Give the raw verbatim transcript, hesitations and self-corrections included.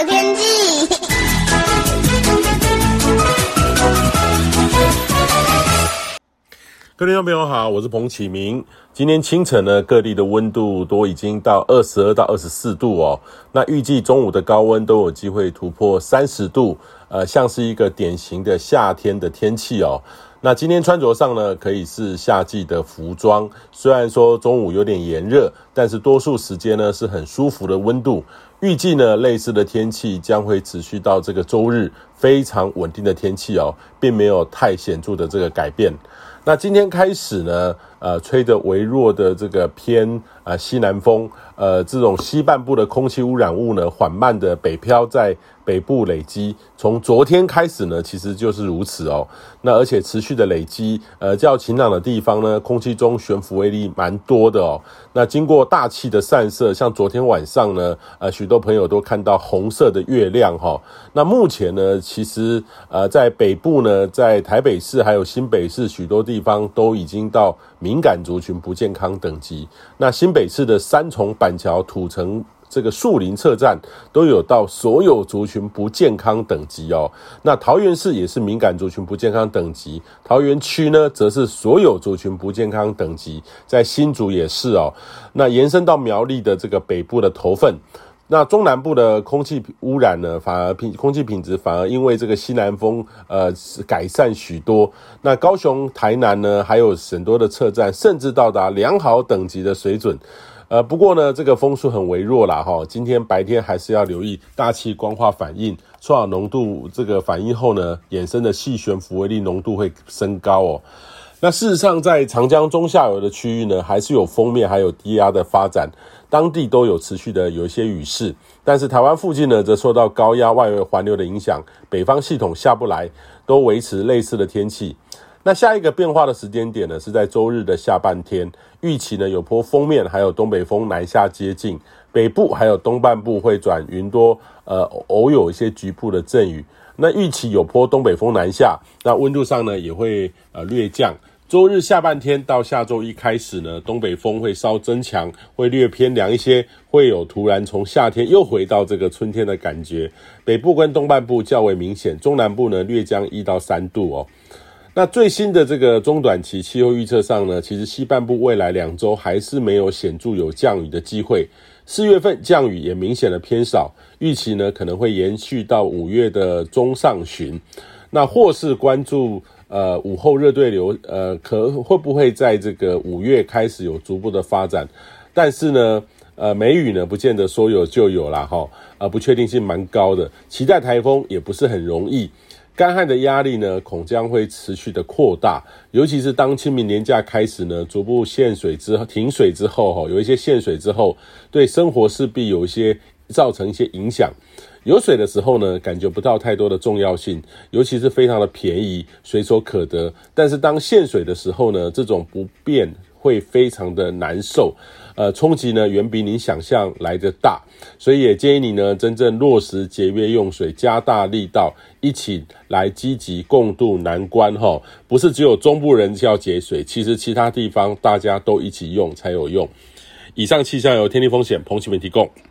天气。 各位听众朋友好，我是彭启明。今天清晨呢，各地的温度都已经到二十二到二十四度哦。那预计中午的高温都有机会突破三十度，呃，像是一个典型的夏天的天气哦。那今天穿着上呢，可以是夏季的服装，虽然说中午有点炎热，但是多数时间呢是很舒服的温度。预计呢，类似的天气将会持续到这个周日，非常稳定的天气哦，并没有太显著的这个改变。那今天开始呢，呃，吹着微弱的这个偏呃西南风，呃，这种西半部的空气污染物呢，缓慢的北漂在北部累积。从昨天开始呢，其实就是如此哦。那而且持续的累积，呃，较晴朗的地方呢，空气中悬浮微粒蛮多的哦。那经过大气的散射，像昨天晚上呢，呃，许多朋友都看到红色的月亮哈、哦。那目前呢，其实呃，在北部呢，在台北市还有新北市许多地方都已经到敏感族群不健康等级。那新北市的三重、板桥、土城这个树林车站都有到所有族群不健康等级哦。那桃园市也是敏感族群不健康等级，桃园区呢则是所有族群不健康等级，在新竹也是哦。那延伸到苗栗的这个北部的头份。那中南部的空气污染呢，反而品空气品质反而因为这个西南风呃改善许多。那高雄、台南呢，还有很多的车站甚至到达良好等级的水准。呃，不过呢，这个风速很微弱啦哈。今天白天还是要留意大气光化反应，臭氧浓度这个反应后呢，衍生的细悬浮微粒浓度会升高哦。那事实上，在长江中下游的区域呢，还是有锋面还有低压的发展，当地都有持续的有一些雨势。但是台湾附近呢，则受到高压外围环流的影响，北方系统下不来，都维持类似的天气。那下一个变化的时间点呢，是在周日的下半天，预期呢有波锋面还有东北风南下接近，北部还有东半部会转云多，呃，偶有一些局部的阵雨。那预期有波东北风南下，那温度上呢也会呃略降。周日下半天到下周一开始呢，东北风会稍增强，会略偏凉一些，会有突然从夏天又回到这个春天的感觉。北部跟东半部较为明显，中南部呢略降一到三度哦。那最新的这个中短期气候预测上呢，其实西半部未来两周还是没有显著有降雨的机会。四月份降雨也明显的偏少，预期呢可能会延续到五月的中上旬。那或是关注呃午后热对流，呃可会不会在这个五月开始有逐步的发展？但是呢，呃梅雨呢不见得说有就有啦哈，呃不确定性蛮高的，期待台风也不是很容易。干旱的压力呢，恐将会持续的扩大，尤其是当清明连假开始呢，逐步限水之后、停水之后，有一些限水之后，对生活势必有一些造成一些影响。有水的时候呢，感觉不到太多的重要性，尤其是非常的便宜，随手可得。但是当限水的时候呢，这种不便会非常的难受，呃，冲击呢远比你想象来得大，所以也建议你呢真正落实节约用水，加大力道，一起来积极共度难关哈。不是只有中部人要节水，其实其他地方大家都一起用才有用。以上气象由天气风险彭启明提供。